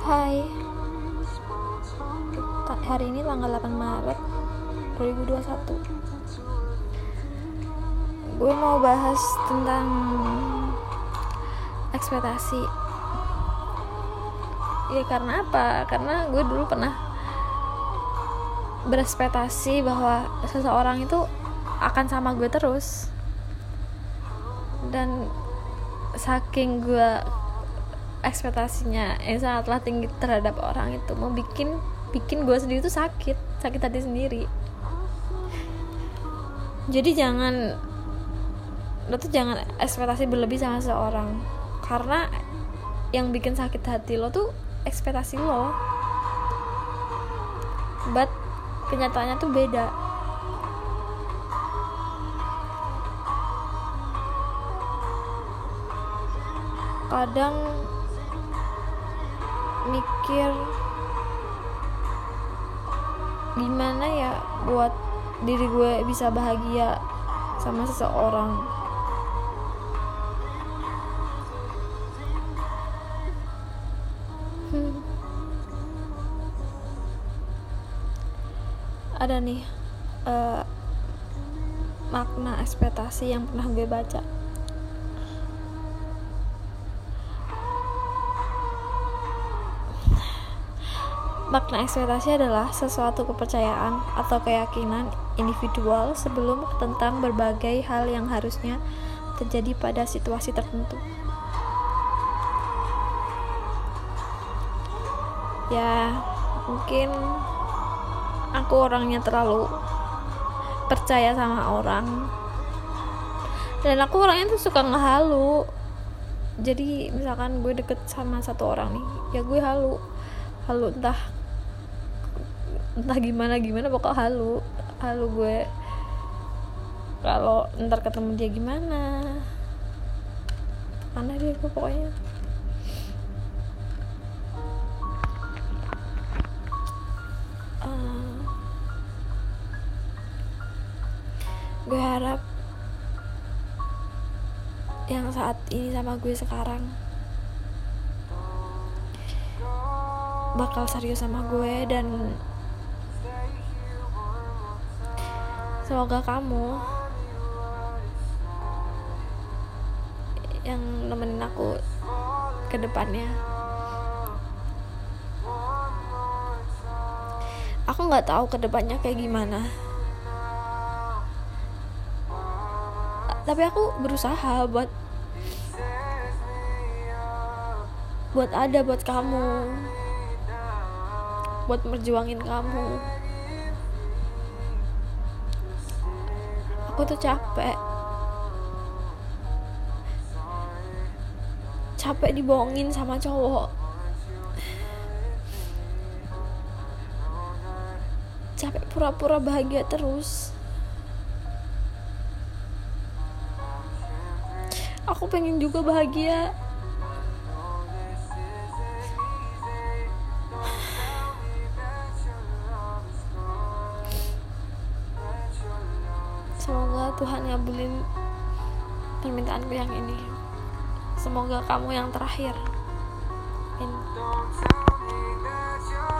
Hai, hari ini tanggal 8 Maret 2021. Gue mau bahas tentang ekspektasi. Ya karena apa? Karena gue dulu pernah berekspektasi bahwa seseorang itu akan sama gue terus. Dan saking gue ekspektasinya yang sangatlah tinggi terhadap orang itu mau bikin gue sendiri tuh sakit hati sendiri. Jadi lo tuh jangan ekspektasi berlebih sama seseorang, karena yang bikin sakit hati lo tuh ekspektasi lo, but kenyataannya tuh beda. Kadang mikir gimana ya buat diri gue bisa bahagia sama seseorang. Ada nih makna ekspektasi yang pernah gue baca. Makna ekspektasi adalah sesuatu kepercayaan atau keyakinan individual sebelum tentang berbagai hal yang harusnya terjadi pada situasi tertentu. Ya, mungkin aku orangnya terlalu percaya sama orang. Dan aku orangnya tuh suka ngehalu. Jadi misalkan gue deket sama satu orang nih, ya gue halu entah gimana pokok halu gue. Kalau ntar ketemu dia gimana aneh deh gue pokoknya. Gue harap yang saat ini sama gue sekarang bakal serius sama gue, dan semoga kamu yang nemenin aku ke depannya. Aku nggak tahu ke depannya kayak gimana, tapi aku berusaha buat ada buat kamu, buat merjuangin kamu. Aku tuh capek dibohongin sama cowok, capek pura-pura bahagia terus. Aku pengen juga bahagia. Semoga Tuhan ngabulin permintaanku yang ini. Semoga kamu yang terakhir. Amin.